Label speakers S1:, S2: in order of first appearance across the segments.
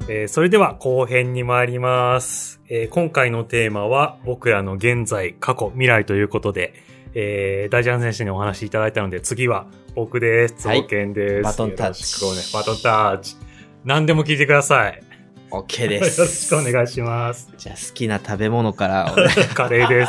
S1: それでは後編に参ります。今回のテーマは僕らの現在、過去、未来ということで、大ジャン選手にお話しいただいたので、次は僕です。つぼけんです。
S2: バトンタッチ。
S1: バトンタッチ。何でも聞いてください。
S2: OK です。
S1: よろしくお願いします。
S2: じゃあ好きな食べ物から
S1: カレーです。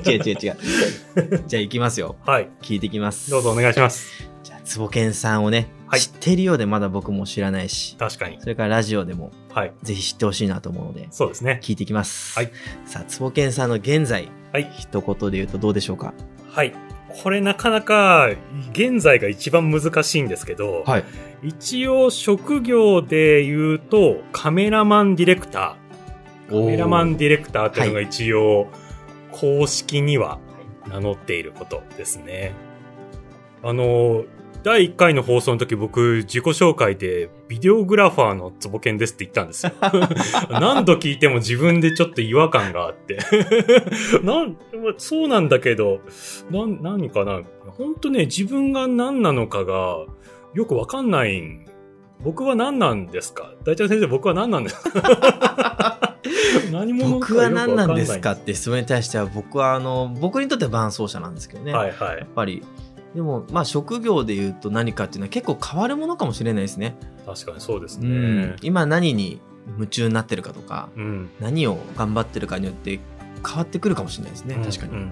S2: 違う。じゃあ行きますよ。
S1: はい。
S2: 聞いてきます。
S1: どうぞお願いします。
S2: じゃあつぼけんさんをね、はい、知っているようでまだ僕も知らないし、
S1: 確かに。
S2: それからラジオでも、
S1: はい、
S2: ぜひ知ってほしいなと思うので、
S1: そうですね。
S2: 聞いていきます。
S1: はい。
S2: さあつぼけんさんの現在、
S1: はい、
S2: 一言で言うとどうでしょうか。
S1: はい。これなかなか現在が一番難しいんですけど、
S2: はい、
S1: 一応職業で言うとカメラマンディレクター。カメラマンディレクターっていうのが一応公式には名乗っていることですね。第1回の放送の時僕自己紹介でビデオグラファーのつぼけんですって言ったんですよ。何度聞いても自分でちょっと違和感があって。そうなんだけど、何かな。本当ね、自分が何なのかがよくわかんない。僕は何なんですか？大ちゃん先生、僕は何なんですか？何者か
S2: 僕は何なんですかって質問に対しては僕は僕にとっては伴走者なんですけどね。
S1: はいはい。
S2: やっぱりでもまあ職業で言うと何かっていうのは結構変わるものかもしれないですね。
S1: 確かにそうですね。
S2: 今何に夢中になってるかとか、何を頑張ってるかによって変わってくるかもしれないですね。確かに。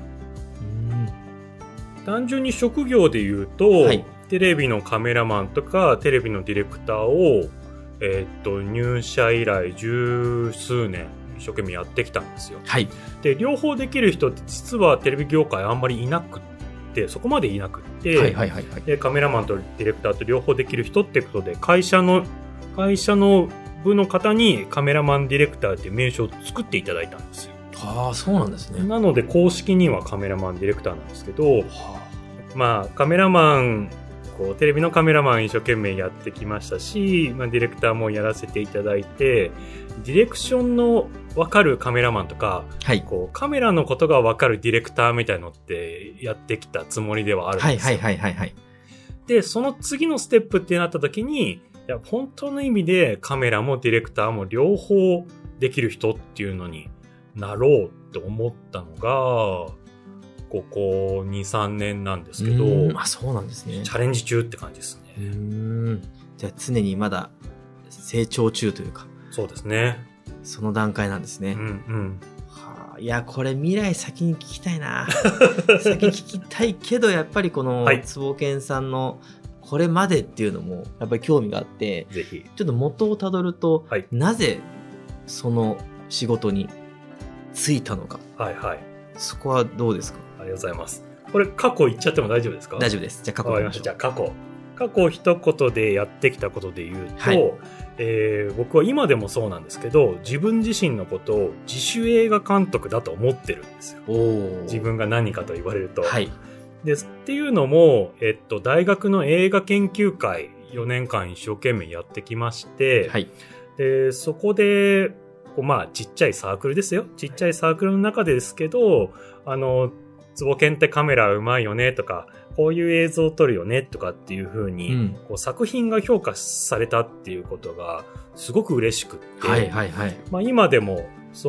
S1: 単純に職業で言うと、はい、テレビのカメラマンとかテレビのディレクターを、入社以来十数年一生懸命やってきたんですよ。
S2: はい。
S1: で、両方できる人って実はテレビ業界あんまりいなくて、そこまでいなくて、で、カメラマンとディレクターと両方できる人ってことで、会社の部の方にカメラマンディレクターっていう名称を作っていただいたんですよ。
S2: ああ、そうなんですね。
S1: なので公式にはカメラマンディレクターなんですけど、まあカメラマンテレビのカメラマン一生懸命やってきましたし、ディレクターもやらせていただいて、ディレクションの分かるカメラマンとか、はい、カメラのことが分かるディレクターみたいのってやってきたつもりではあるんですよ。で、その次のステップってなった時に、いや本当の意味でカメラもディレクターも両方できる人っていうのになろうって思ったのが、ここ 2,3 年なんですけど、
S2: そうなんですね。
S1: チャレンジ中って感じですね。
S2: じゃあ常にまだ成長中というか。
S1: そうですね。
S2: その段階なんですね。いや、これ未来先に聞きたいな。先聞きたいけど、やっぱりこのつぼけんさんのこれまでっていうのもやっぱり興味があって、
S1: ぜひ
S2: ちょっと元をたどると、なぜその仕事に就いたのか。そこはどうですか？
S1: ありがとうございます。これ過去言っちゃっても大丈夫ですか？
S2: 大丈夫です。じゃあ過去言いましょう。
S1: じゃあ過去一言でやってきたことで言うと、僕は今でもそうなんですけど、自分自身のことを自主映画監督だと思ってるんですよ。自分が何かと言われると。っていうのも、大学の映画研究会4年間一生懸命やってきまして、でそこでちっちゃいサークルですよ。ちっちゃいサークルの中でですけど、つぼけんってカメラうまいよねとか、こういう映像を撮るよねとかっていう風に、作品が評価されたっていうことがすごく嬉しくって、今でも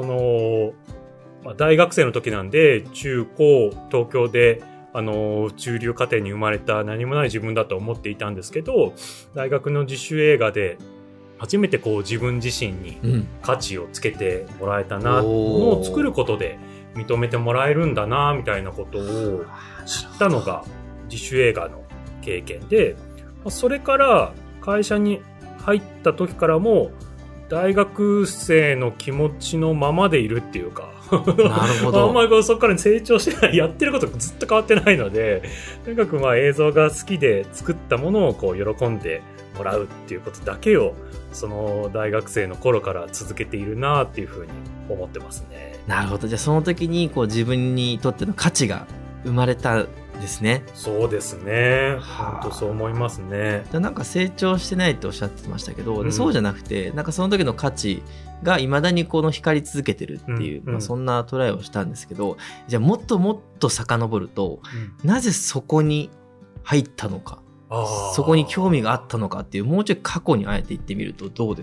S1: 大学生の時なんで中高東京で中流家庭に生まれた何もない自分だと思っていたんですけど、大学の自主映画で初めて自分自身に価値をつけてもらえたな、ものを作ることで認めてもらえるんだなみたいなことを知ったのが自主映画の経験で、それから会社に入った時からも大学生の気持ちのままでいるっていうか、
S2: なるほど。
S1: あんまりそこから成長してない、やってることずっと変わってないので、とにかく映像が好きで作ったものを喜んでもらうっていうことだけをその大学生の頃から続けているなっていうふうに思ってますね。
S2: なるほど。じゃあその時に自分にとっての価値が生まれたんですね。
S1: そうですね。本当そう思いますね。
S2: なんか成長してないとおっしゃってましたけど、そうじゃなくてなんかその時の価値が未だに光り続けてるっていう、そんなトライをしたんですけど、じゃあもっともっと遡ると、なぜそこに入ったのか、そこに興味があったのかっていう、もうちょい過去にあえて行ってみるとどうですか？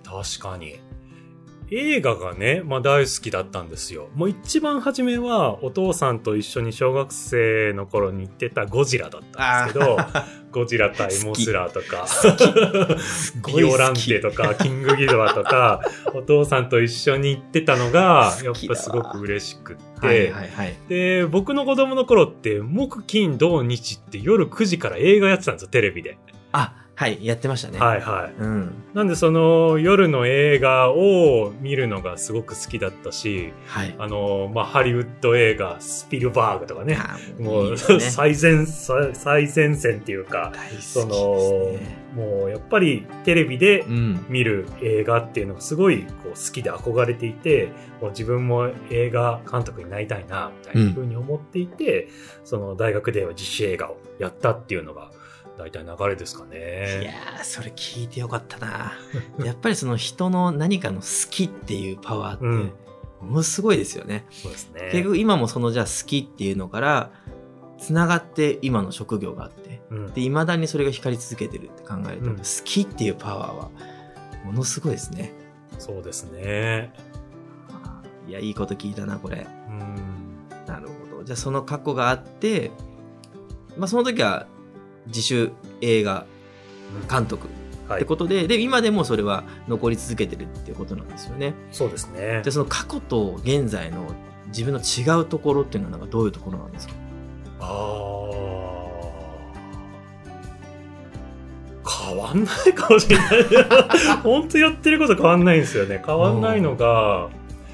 S1: 確かに。映画がね、まあ大好きだったんですよ。もう一番初めはお父さんと一緒に小学生の頃に行ってたゴジラだったんですけど、ゴジラ対モスラーとか、ビオランテとか、キングギドラとか、お父さんと一緒に行ってたのが、やっぱすごく嬉しくって、はいはいはい、で、僕の子供の頃って、木金土日って夜9時から映画やってたんですよ、テレビで。
S2: はい、やってましたね。
S1: はいはい。うん。なんでその夜の映画を見るのがすごく好きだったし、はい。まあ、ハリウッド映画、スピルバーグとかね。もう、いいね、最前線っていうか、大好きですね。もうやっぱりテレビで見る映画っていうのがすごいこう好きで憧れていて、もう自分も映画監督になりたいな、みたいな風に思っていて、その大学では自主映画をやったっていうのが、大体流れですかね。
S2: いやー、それ聞いてよかったな。やっぱりその人の何かの好きっていうパワーって、ものすごいですよね。
S1: そうですね。
S2: 結局今もそのじゃあ好きっていうのから、つながって今の職業があって、で、未だにそれが光り続けてるって考えると、好きっていうパワーは、ものすごいですね。
S1: そうですね。
S2: いや、いいこと聞いたな、これ。なるほど。じゃあその過去があって、まあその時は、自主映画監督ってことで、で今でもそれは残り続けてるっていうことなんですよね。
S1: そうですね。
S2: でその過去と現在の自分の違うところっていうのはなんかどういうところなんですか？
S1: 変わんないかもしれない。本当やってること変わんないんですよね。変わんないのが、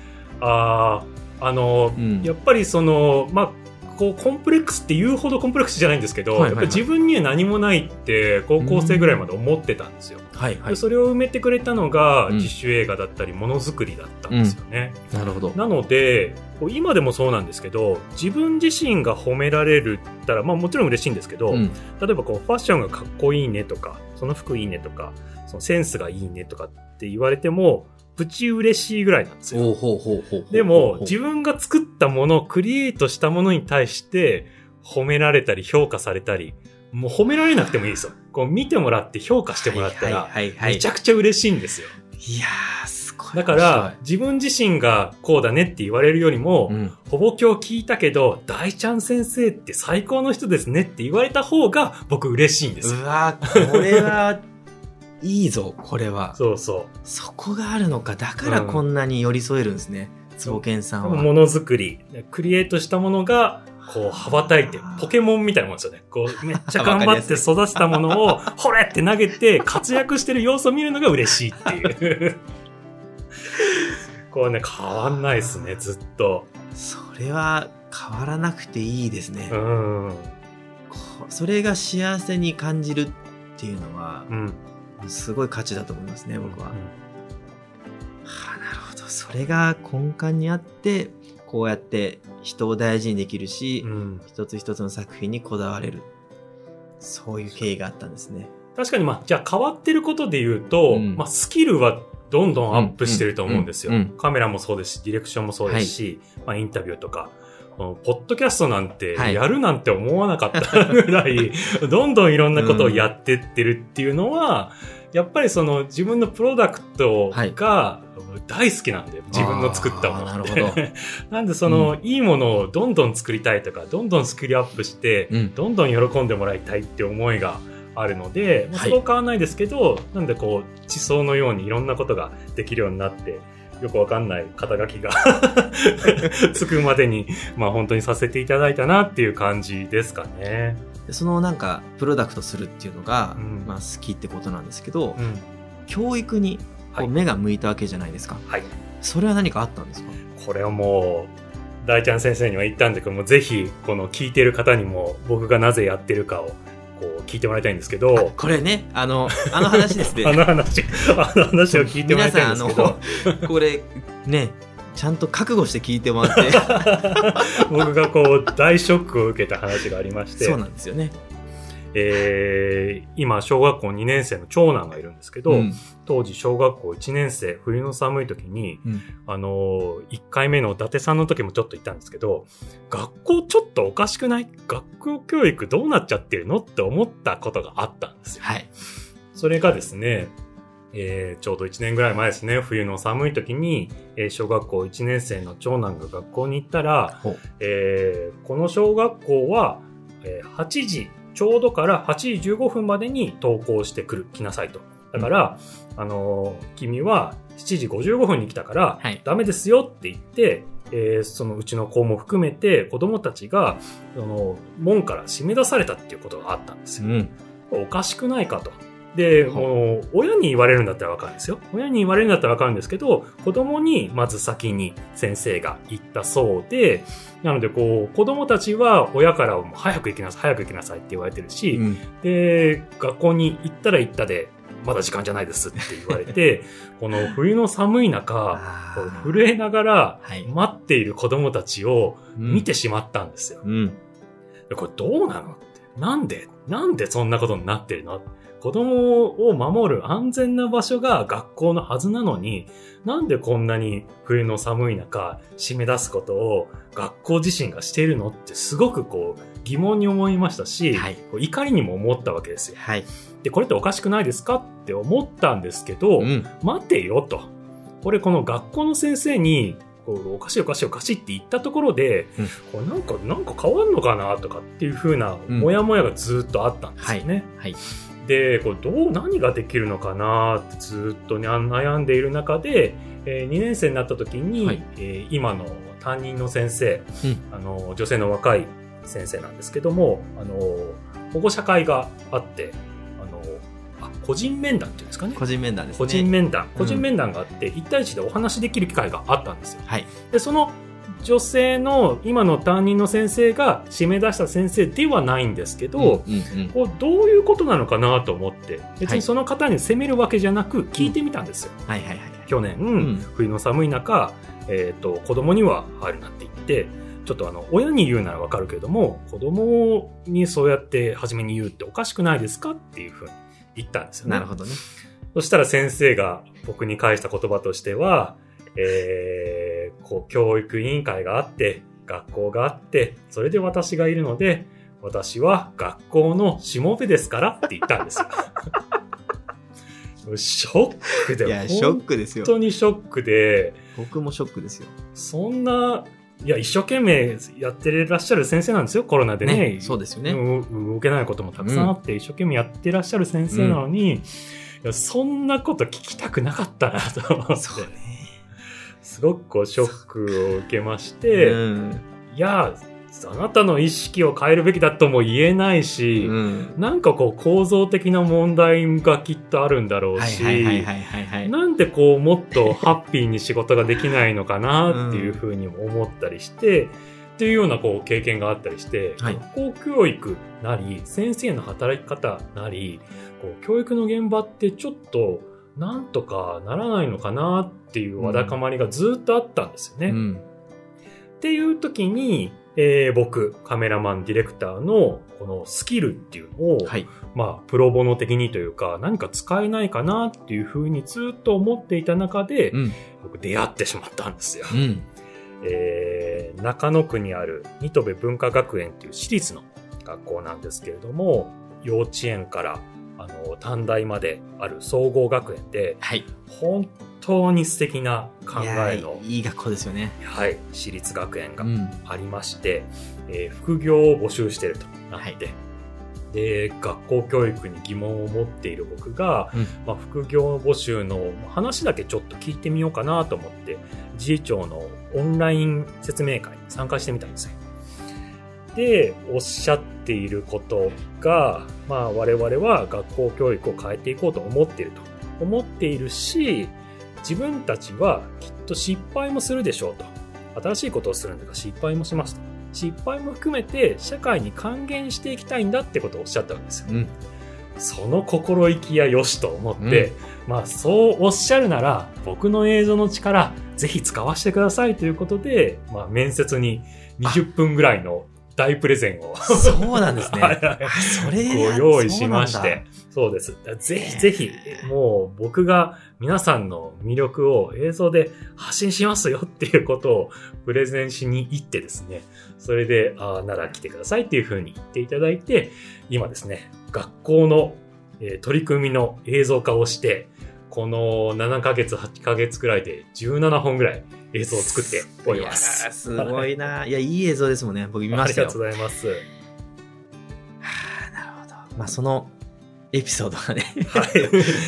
S1: やっぱりそのまあこうコンプレックスって言うほどコンプレックスじゃないんですけど、やっぱり自分には何もないって高校生ぐらいまで思ってたんですよ。でそれを埋めてくれたのが自主映画だったりものづくりだったんですよね。
S2: なるほど。
S1: なので今でもそうなんですけど、自分自身が褒められるったら、まあもちろん嬉しいんですけど、例えばこうファッションがかっこいいねとか、その服いいねとか、そのセンスがいいねとかって言われても、プチ嬉しいぐらいなんですよ。でも、自分が作ったもの、クリエイトしたものに対して、褒められたり評価されたり、もう褒められなくてもいいですよ。こう見てもらって評価してもらったら、めちゃくちゃ嬉しいんですよ。
S2: いやー、すごい。
S1: だから、自分自身がこうだねって言われるよりも、ほぼ今日聞いたけど、大ちゃん先生って最高の人ですねって言われた方が、僕嬉しいんですよ。
S2: うわー、これは、いいぞ、これは。
S1: そうそう。
S2: そこがあるのか。だからこんなに寄り添えるんですね。坪健さんは。
S1: ものづくり。クリエイトしたものが、こう、羽ばたいて、ポケモンみたいなもんですよね。こう、めっちゃ頑張って育てたものを、ほれって投げて、活躍してる様子を見るのが嬉しいっていう。こうね、変わんないですね、ずっと。
S2: それは変わらなくていいですね。それが幸せに感じるっていうのは、すごい価値だと思いますね、僕は。なるほど。それが根幹にあって、こうやって人を大事にできるし、一つ一つの作品にこだわれる。そういう経緯があったんですね。
S1: 確かに、じゃあ変わってることで言うと、スキルはどんどんアップしてると思うんですよ。カメラもそうですし、ディレクションもそうですし、インタビューとか。ポッドキャストなんてやるなんて思わなかったぐらい、どんどんいろんなことをやってってるっていうのは、やっぱりその自分のプロダクトが大好きなんで、自分の作ったものって。なんでその、いいものをどんどん作りたいとか、どんどんスキルアップして、どんどん喜んでもらいたいって思いがあるので、そこは変わらないですけど、なんでこう、地層のようにいろんなことができるようになって、よくわかんない肩書きがつくまでに、本当にさせていただいたなっていう感じですかね。
S2: そのなんか、プロダクトするっていうのが、好きってことなんですけど、教育にこう目が向いたわけじゃないですか。それは何かあったんですか？
S1: これはもう、大ちゃん先生には言ったんだけども、ぜひ、この聞いてる方にも僕がなぜやってるかを、聞いてもらいたいんですけど、
S2: これね、あの話ですね。
S1: あの話を聞いてもらいたいんですけど、
S2: これね、ちゃんと覚悟して聞いてもらって
S1: 僕がこう大ショックを受けた話がありまして、
S2: そうなんですよね。
S1: 今小学校2年生の長男がいるんですけど、当時小学校1年生、冬の寒い時に、1回目の伊達さんの時もちょっと言ったんですけど、学校ちょっとおかしくない？学校教育どうなっちゃってるのって思ったことがあったんですよ。それがですね、 ちょうど1年ぐらい前ですね、冬の寒い時に、小学校1年生の長男が学校に行ったら、この小学校は、8時ちょうどから8時15分までに登校して来なさいと。だから、君は7時55分に来たから、ダメですよって言って、そのうちの子も含めて子供たちが、門から締め出されたっていうことがあったんですよ。おかしくないかと。で、もう、親に言われるんだったらわかるんですよ。親に言われるんだったらわかるんですけど、子供にまず先に先生が言ったそうで、なので子供たちは親からも早く行きなさいって言われてるし、で、学校に行ったら行ったで、まだ時間じゃないですって言われて、この冬の寒い中、震えながら待っている子供たちを見てしまったんですよ。これどうなのって。なんでそんなことになってるの？子供を守る安全な場所が学校のはずなのに、なんでこんなに冬の寒い中締め出すことを学校自身がしているのってすごく疑問に思いましたし、怒りにも思ったわけですよ。で、これっておかしくないですかって思ったんですけど、待てよと。この学校の先生におかしいって言ったところで、これなんか変わんのかなとかっていう風なモヤモヤがずっとあったんですよね。で、何ができるのかなってずっと悩んでいる中で、2年生になった時に、今の担任の先生、女性の若い先生なんですけども、保護者会があって、個人面談っていうんですかね。
S2: 個人面談ですね。
S1: 個人面談があって、1対1でお話できる機会があったんですよ。で、その女性の今の担任の先生が締め出した先生ではないんですけど、どういうことなのかなと思って、別にその方に責めるわけじゃなく聞いてみたんですよ。去年、冬の寒い中、子供には入るなって言って、ちょっと親に言うならわかるけれども、子供にそうやって初めに言うっておかしくないですかっていうふうに言ったんですよね。
S2: なるほどね。
S1: そしたら先生が僕に返した言葉としては、教育委員会があって、学校があって、それで私がいるので、私は学校のしもべですからって言ったんですよ。ショックで。
S2: いや、ショックですよ。
S1: 本当にショックで。
S2: 僕もショックですよ。
S1: そんな、一生懸命やってらっしゃる先生なんですよ、コロナでね。
S2: そうですよね。
S1: 動けないこともたくさんあって、一生懸命やってらっしゃる先生なのに、そんなこと聞きたくなかったなと思って。
S2: そうね。
S1: すごくショックを受けまして、いや、あなたの意識を変えるべきだとも言えないし、なんか構造的な問題がきっとあるんだろうし、なんでもっとハッピーに仕事ができないのかなっていうふうに思ったりして、っていうような経験があったりして、学校教育なり、先生の働き方なり、教育の現場ってちょっとなんとかならないのかなっていうわだかまりがずっとあったんですよね。っていう時に、僕、カメラマン、ディレクターのこのスキルっていうのを、プロボノ的にというか、何か使えないかなっていうふうにずっと思っていた中で、僕出会ってしまったんですよ。中野区にある新戸部文化学園っていう私立の学校なんですけれども、幼稚園から短大まである総合学園で、本当に素敵な考えの
S2: いい学校ですよね。
S1: 私立学園がありまして、副業を募集しているとなって、で、学校教育に疑問を持っている僕が、副業募集の話だけちょっと聞いてみようかなと思って、自治庁のオンライン説明会に参加してみたんですよ。で、おっしゃっていることが、我々は学校教育を変えていこうと思っていると思っているし、自分たちはきっと失敗もするでしょうと。新しいことをするんだから失敗もしますと。失敗も含めて社会に還元していきたいんだってことをおっしゃったわけですよ。その心意気やよしと思って、そうおっしゃるなら僕の映像の力ぜひ使わせてくださいということで、面接に20分ぐらいの大プレゼンを
S2: そうなんですね。それ
S1: ご用意しまして。そうです。ぜひぜひ、もう僕が皆さんの魅力を映像で発信しますよっていうことをプレゼンしに行ってですね、それで、なら来てくださいっていうふうに言っていただいて、今ですね、学校の取り組みの映像化をして、 この7ヶ月、8ヶ月くらいで17本ぐらい映像を作っております。
S2: いやすごいな。いや、いい映像ですもんね。僕見ましたよ。
S1: ありがとうございます。
S2: なるほど。まあ、そのエピソードがね、
S1: はい、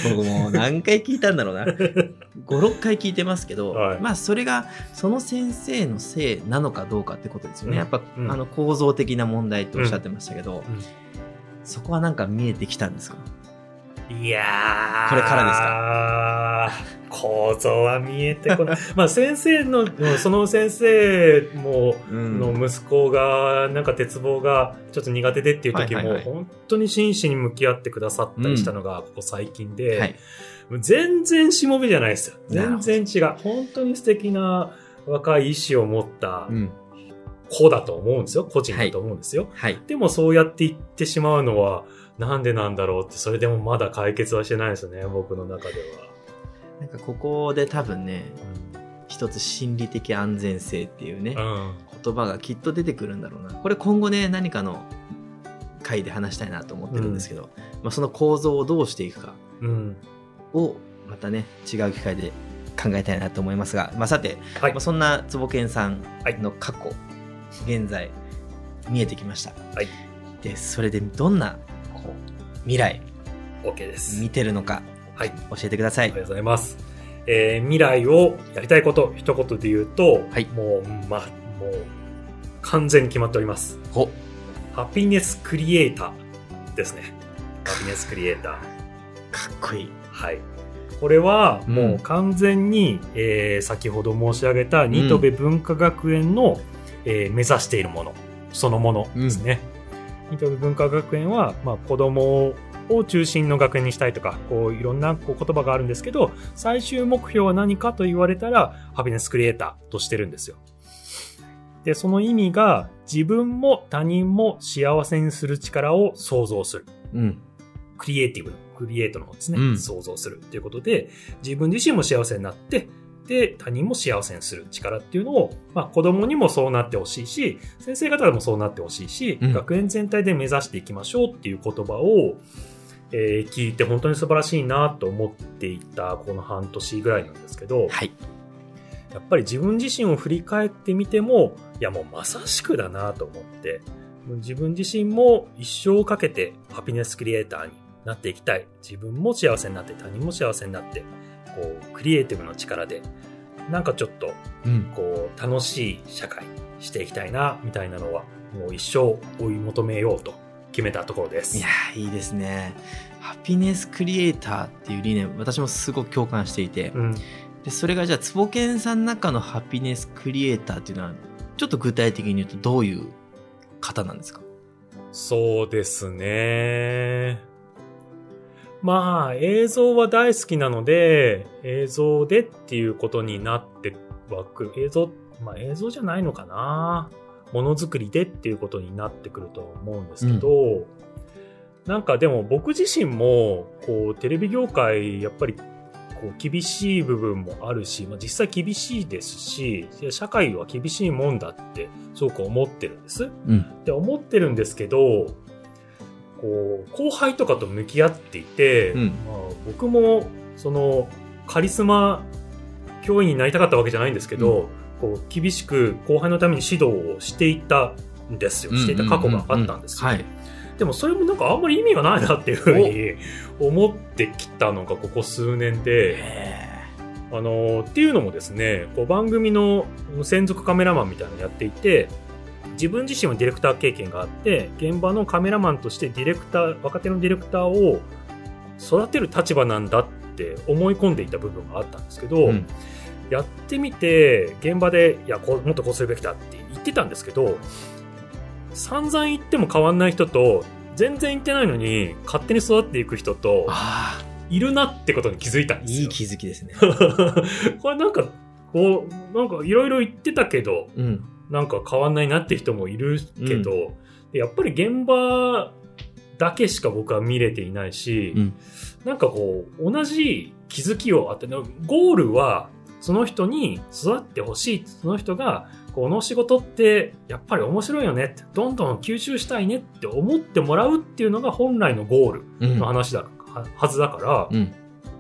S2: 僕もう何回聞いたんだろうな。5、6回聞いてますけど、
S1: はい、
S2: まあ、それがその先生のせいなのかどうかってことですよね。やっぱ、構造的な問題とおっしゃってましたけど、そこはなんか見えてきたんですか？
S1: いやー。
S2: これからですか？
S1: 構造は見えてこない。まあ先生の、その先生も、の息子が、なんか鉄棒がちょっと苦手でっていう時も、本当に真摯に向き合ってくださったりしたのが、ここ最近で、はい、全然しもべじゃないですよ。全然違う。本当に素敵な若い意志を持った、子だと思うんですよ。個人だと思うんですよ。
S2: はいはい、
S1: でもそうやって言ってしまうのは、なんでなんだろうって、それでもまだ解決はしてないですね、僕の中では。
S2: なんかここで多分ね、一つ心理的安全性っていうね、言葉がきっと出てくるんだろうな。これ今後ね、何かの回で話したいなと思ってるんですけど、まあ、その構造をどうしていくかをまたね、違う機会で考えたいなと思いますが、まあ、さて、はい、まあ、そんな坪健さんの過去、現在見えてきました。
S1: はい、
S2: でそれでどんな未来
S1: OK です
S2: 見てるのか、
S1: はい、
S2: 教えてください。
S1: ありがとうございます。未来をやりたいこと一言で言うと、
S2: はい、
S1: もう完全に決まっております。ハピネスクリエイターですね。ハピネスクリエイター。
S2: かっこいい。
S1: はい。これはもう完全に、先ほど申し上げた新渡戸文化学園の、目指しているものそのものですね。新渡戸文化学園は、まあ、子供を中心の学園にしたいとか、こういろんな言葉があるんですけど、最終目標は何かと言われたらハピネスクリエイターとしてるんですよ。で、その意味が自分も他人も幸せにする力を創造する。クリエイティブ、クリエイトの方ですね。創造するということで、自分自身も幸せになって、で、他人も幸せにする力っていうのを、まあ子供にもそうなってほしいし、先生方でもそうなってほしいし、学園全体で目指していきましょうっていう言葉を、聞いて本当に素晴らしいなと思っていたこの半年ぐらいなんですけど、
S2: はい、
S1: やっぱり自分自身を振り返ってみても、いやもうまさしくだなと思って、自分自身も一生をかけてハピネスクリエイターになっていきたい。自分も幸せになって他人も幸せになって、こうクリエイティブの力でなんかちょっとこう楽しい社会していきたいなみたいなのはもう一生追い求めようと決めたところです。
S2: いやいいですね。ハピネスクリエイターっていう理念、私もすごく共感していて、でそれがじゃあ坪健さんの中のハピネスクリエイターっていうのはちょっと具体的に言うとどういう方なんですか？
S1: そうですね。まあ映像は大好きなので映像でっていうことになってはくる。映像じゃないのかな。ものづくりでっていうことになってくると思うんですけど、なんかでも僕自身もこうテレビ業界やっぱりこう厳しい部分もあるし、まあ、実際厳しいですし、社会は厳しいもんだってすごく思ってるんです。で思ってるんですけど、こう後輩とかと向き合っていて、まあ、僕もそのカリスマ教員になりたかったわけじゃないんですけど、こう厳しく後輩のために指導をしていたんですよ。していた過去があったんですよ。でもそれもなんかあんまり意味がないなっていうふうに思ってきたのがここ数年で、っていうのもですね、こう番組の専属カメラマンみたいなのやっていて、自分自身はディレクター経験があって、現場のカメラマンとして若手のディレクターを育てる立場なんだって思い込んでいた部分があったんですけど、やってみて現場でいやもっとこうするべきだって言ってたんですけど、散々言っても変わんない人と全然言ってないのに勝手に育っていく人といるなってことに気づいたんですよ。
S2: いい気づきですね。
S1: これなんかいろいろ言ってたけど、なんか変わんないなって人もいるけど、やっぱり現場だけしか僕は見れていないし、なんかこう同じ気づきをあって、ゴールはその人に育ってほしい。その人がこの仕事ってやっぱり面白いよねって、どんどん吸収したいねって思ってもらうっていうのが本来のゴールの話だ、はずだから、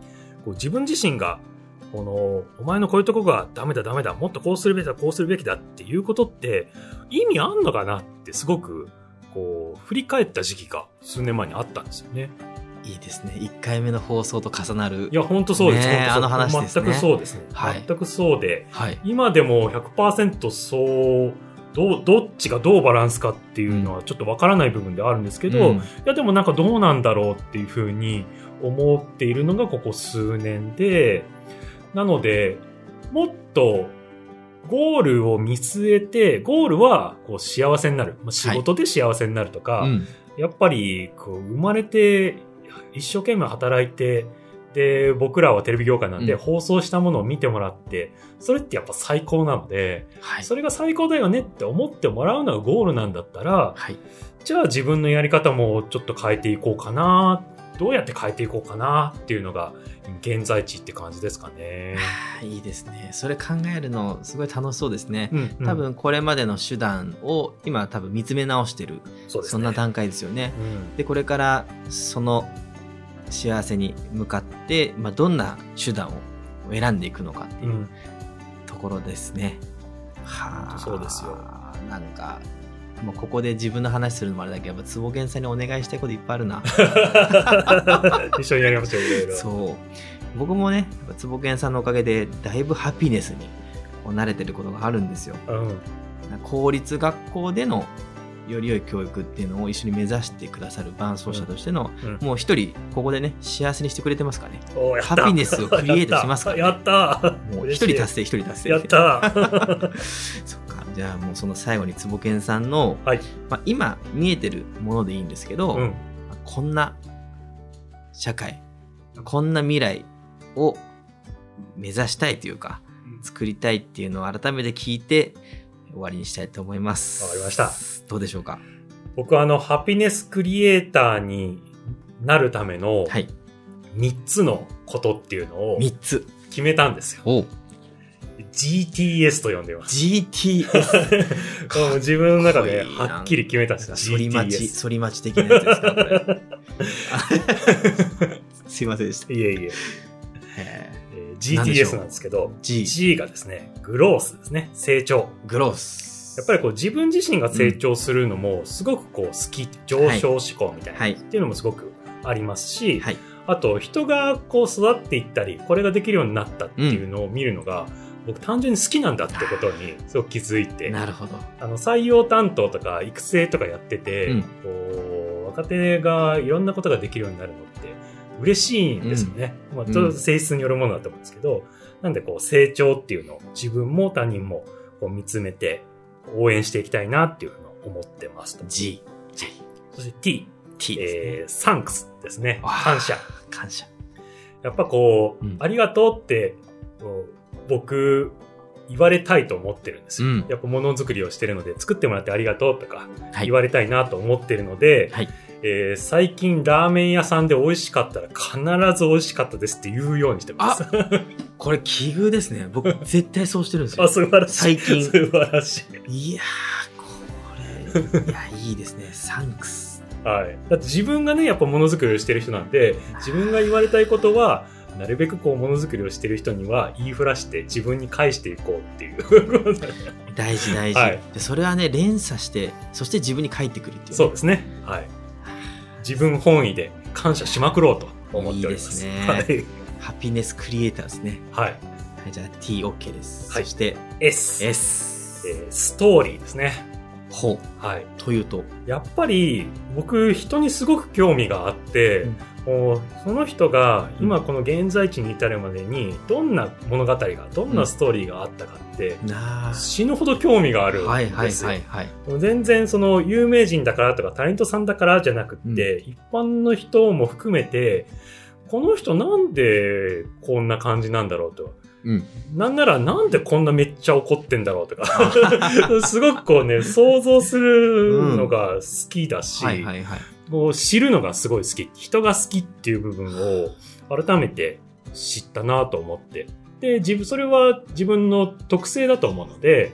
S1: こう自分自身が、お前のこういうとこがダメだ、もっとこうするべきだ、こうするべきだっていうことって、意味あんのかなってすごく、こう、振り返った時期が数年前にあったんですよね。
S2: いいですね。1回目の放送と重なる。
S1: いや、本当そうです。
S2: ね、あの話ですね。
S1: 全くそうですね。はい、全くそうで、
S2: はい、
S1: 今でも 100% そう、どっちがどうバランスかっていうのはちょっとわからない部分であるんですけど、いやでもなんかどうなんだろうっていうふうに思っているのがここ数年で、なので、もっとゴールを見据えて、ゴールはこう幸せになる。仕事で幸せになるとか、やっぱりこう生まれて一生懸命働いて、で、僕らはテレビ業界なんで、放送したものを見てもらって、それってやっぱ最高なので、それが最高だよねって思ってもらうのがゴールなんだったら、じゃあ自分のやり方もちょっと変えていこうかな、どうやって変えていこうかなっていうのが現在地って感じですかね。
S2: いいですね。それ考えるのすごい楽しそうですね。多分これまでの手段を今多分見つめ直してる。そんな段階ですよね。で、これからその幸せに向かって、どんな手段を選んでいくのかっていうところですね。
S1: そうですよ。
S2: なんかもうここで自分の話するのもあれだけど、やっぱ坪源さんにお願いしたいこといっぱいあるな。
S1: 一緒にやりましょう、いろいろ。
S2: そう。僕もね、坪源さんのおかげでだいぶハピネスに慣れてることがあるんですよ。公立学校でのより良い教育っていうのを一緒に目指してくださる伴走者としての、もう一人ここでね幸せにしてくれてますからね。ハピネスをクリエイトしますからね。
S1: やった
S2: もう一人達成
S1: やった
S2: そっか。じゃあもうその最後に坪健さんの、今見えてるものでいいんですけど、こんな社会、こんな未来を目指したいというか、作りたいっていうのを改めて聞いて終わりにしたいと思います。
S1: わかりました。
S2: どうでしょうか。
S1: 僕はハピネスクリエイターになるための3つのことっていうのを決めたんですよ。GTS と呼んでます。
S2: GTS
S1: 自分の中ではっきり決めたんですよ。
S2: 反町的なやつですかこれ。すいませんでした。
S1: いえ。GTS なんですけど、G がですね、グロースですね。成長。
S2: グロース。
S1: やっぱりこう自分自身が成長するのもすごくこう好き、上昇志向みたいなっていうのもすごくありますし、あと人がこう育っていったり、これができるようになったっていうのを見るのが、僕単純に好きなんだってことにすごく気づいて。
S2: なるほど。
S1: 採用担当とか育成とかやってて、こう若手がいろんなことができるようになるのって嬉しいんですよね。ちょっと性質によるものだと思うんですけど、なんでこう成長っていうのを自分も他人もこう見つめて応援していきたいなっていうふうに思ってますと。
S2: G。
S1: そして T。サンクスですね。感謝。やっぱこう、ありがとうって僕言われたいと思ってるんですよ。やっぱ物作りをしてるので、作ってもらってありがとうとか言われたいなと思ってるので、最近ラーメン屋さんで美味しかったら必ず美味しかったですって言うようにしてます。
S2: これ奇遇ですね。僕絶対そうしてるんですよ。
S1: 素晴らしい。
S2: 最近。
S1: 素晴らし
S2: い。いやー、これ、いいですね。サンクス。
S1: だって自分がね、やっぱ物作りをしてる人なんで、自分が言われたいことは、なるべくこう物作りをしてる人には言いふらして自分に返していこうっていう。
S2: 大事。でそれはね、連鎖して、そして自分に返ってくるっていう、ね。
S1: そうですね。自分本位で感謝しまくろうと思っております。
S2: いいですね。ハピネスクリエイターですね。じゃあ T、OK です。そして
S1: S。ストーリーですね。
S2: というと。
S1: やっぱり僕人にすごく興味があって、その人が今この現在地に至るまでにどんな物語が、どんなストーリーがあったかって死ぬほど興味があるんですよ。全然その有名人だからとかタレントさんだからじゃなくって、一般の人も含めてこの人なんでこんな感じなんだろうと。なんならなんでこんなめっちゃ怒ってんだろうとかすごくこうね想像するのが好きだし、もう知るのがすごい好き、人が好きっていう部分を改めて知ったなと思って、でそれは自分の特性だと思うので、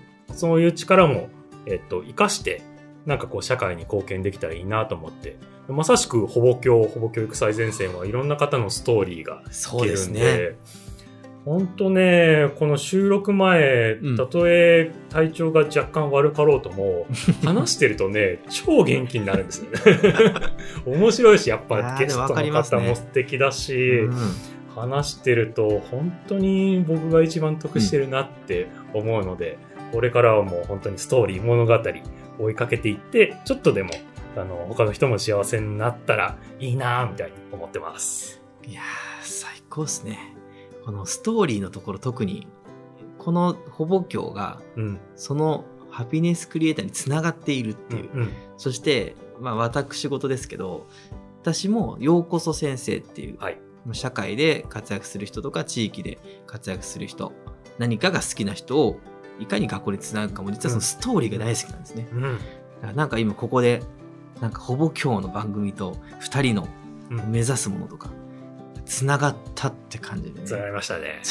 S1: そういう力も活かしてなんかこう社会に貢献できたらいいなと思って、 まさしくほぼ教育最前線はいろんな方のストーリーが聞けるんで、本当ね、この収録前、たとえ体調が若干悪かろうとも、話してるとね、超元気になるんですよね。面白いし、やっぱゲストの方も素敵だし、話してると本当に僕が一番得してるなって思うので、これからはもう本当にストーリー、物語追いかけていって、ちょっとでも他の人も幸せになったらいいなみたいに思ってます。
S2: いやー、最高ですね。このストーリーのところ、特にこのほぼ教が、そのハピネスクリエイターにつながっているっていう、そして、私事ですけど、私もようこそ先生っていう、社会で活躍する人とか地域で活躍する人、何かが好きな人をいかに学校につなぐかも、実はそのストーリーが大好きなんですね。だからなんか今ここでなんかほぼ教の番組と2人の目指すものとか、つながったって感じでね。
S1: つながりましたね。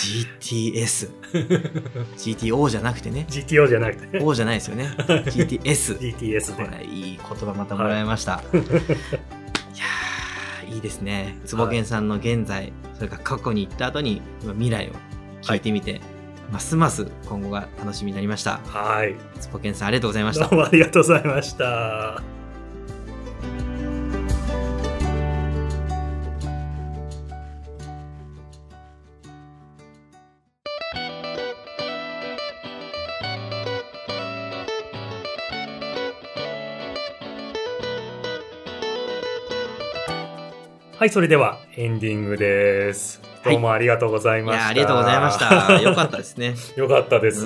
S2: GTS。GTO じゃなくてね。
S1: GTO じゃなくて。
S2: O じゃないですよね。GTS。
S1: GTS で。
S2: これいい言葉またもらいました。いやー、いいですね。坪健さんの現在、それから過去に行った後に未来を聞いてみて、ますます今後が楽しみになりました。
S1: はい。
S2: 坪健さんありがとうございました。
S1: どうもありがとうございました。はい、それではエンディングです。どうもありがとうございました。
S2: いや、ありがとうございました。よかったですね。
S1: よかったです。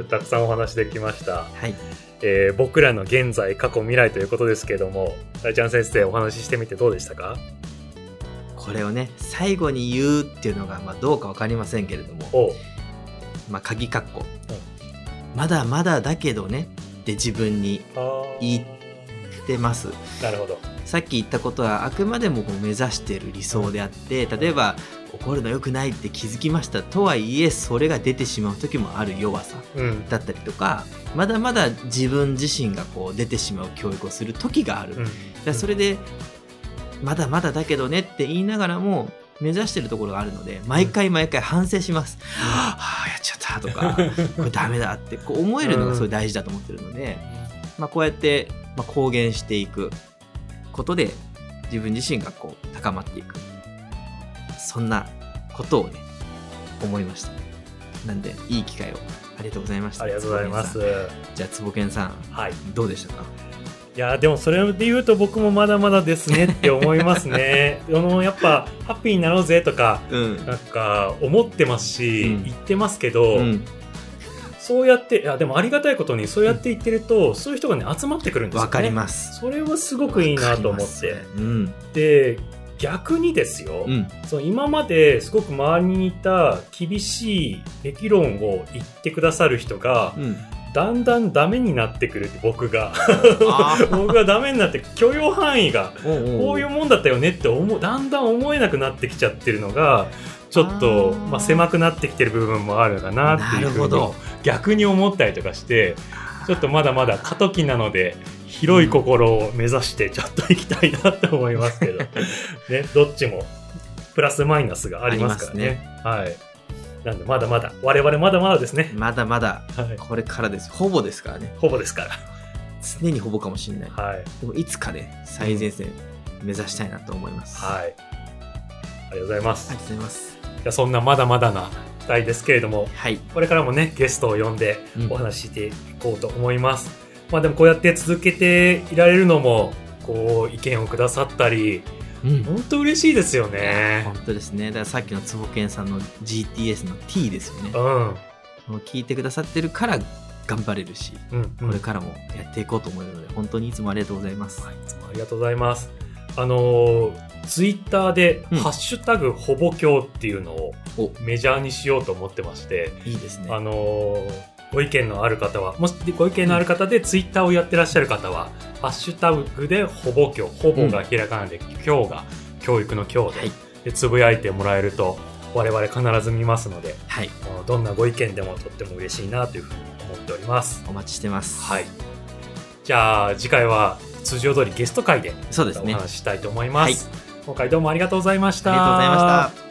S1: たくさんお話できました。
S2: はい。
S1: 僕らの現在、過去、未来ということですけども、大ちゃん先生お話ししてみてどうでしたか？
S2: これをね、最後に言うっていうのがどうか分かりませんけれども、鍵括弧、まだまだだけどねって自分に言ってます。
S1: なるほど。
S2: さっき言ったことはあくまでも目指している理想であって、例えば怒るの良くないって気づきましたとはいえ、それが出てしまう時もある弱さだったりとか、まだまだ自分自身が出てしまう教育をする時がある。それでまだまだだけどねって言いながらも目指してるところがあるので、毎回反省します。やっちゃったとか、これダメだって思えるのがすごい大事だと思ってるので、こうやって公言していくことで自分自身が高まっていく、そんなことをね思いました。なんでいい機会をありがとうございました。
S1: ありがとうございます。
S2: じゃあ坪健さん、どうでしたか？
S1: いやでもそれで言うと僕もまだまだですねって思いますね。やっぱハッピーになろうぜとか、なんか思ってますし、言ってますけど、そうやって、でもありがたいことにそうやって言ってると、そういう人がね集まってくるんですよね。
S2: わかります。
S1: それはすごくいいなと思って。で、逆にですよ、その今まですごく周りにいた厳しいべき論を言ってくださる人が、だんだんダメになってくるって、僕がダメになって、許容範囲がこういうもんだったよねってだんだん思えなくなってきちゃってるのが、ちょっと、狭くなってきてる部分もあるかなっていうふうに逆に思ったりとかして、ちょっとまだまだ過渡期なので広い心を目指してちょっと行きたいなって思いますけど、ね、どっちもプラスマイナスがありますからね。はい。なんでまだまだ我々まだまだですね。
S2: まだまだこれからです。ほぼですからね。
S1: ほぼですから。
S2: 常にほぼかもしれない。
S1: はい。
S2: でもいつかね最前線目指したいなと思います。
S1: はい。ありがとうございます。
S2: ありがとうございます。
S1: じゃあそんなまだまだな2人ですけれども、これからもねゲストを呼んでお話ししていこうと思います。でもこうやって続けていられるのも意見をくださったり。本当嬉しいですよね。
S2: 本当ですね。だからさっきの坪健さんの GTS の T ですよね。聞いてくださってるから頑張れるし、これからもやっていこうと思うので、本当にいつもありがとうございます。
S1: いつもありがとうございます。ツイッターでハッシュタグほぼ教っていうのをメジャーにしようと思ってまして、
S2: いいですね。
S1: ご意見のある方は、もしご意見のある方でツイッターをやってらっしゃる方は、ハッシュタグでほぼ教、ほぼがひらがなで、教が教育の教で、つぶやいてもらえると我々必ず見ますので、どんなご意見でもとっても嬉しいなというふうに思っております。
S2: お待ちしてます。
S1: はい。じゃあ次回は通常通りゲスト会でお話ししたいと思います。今回どうもありがとうございました。
S2: ありがとうございました。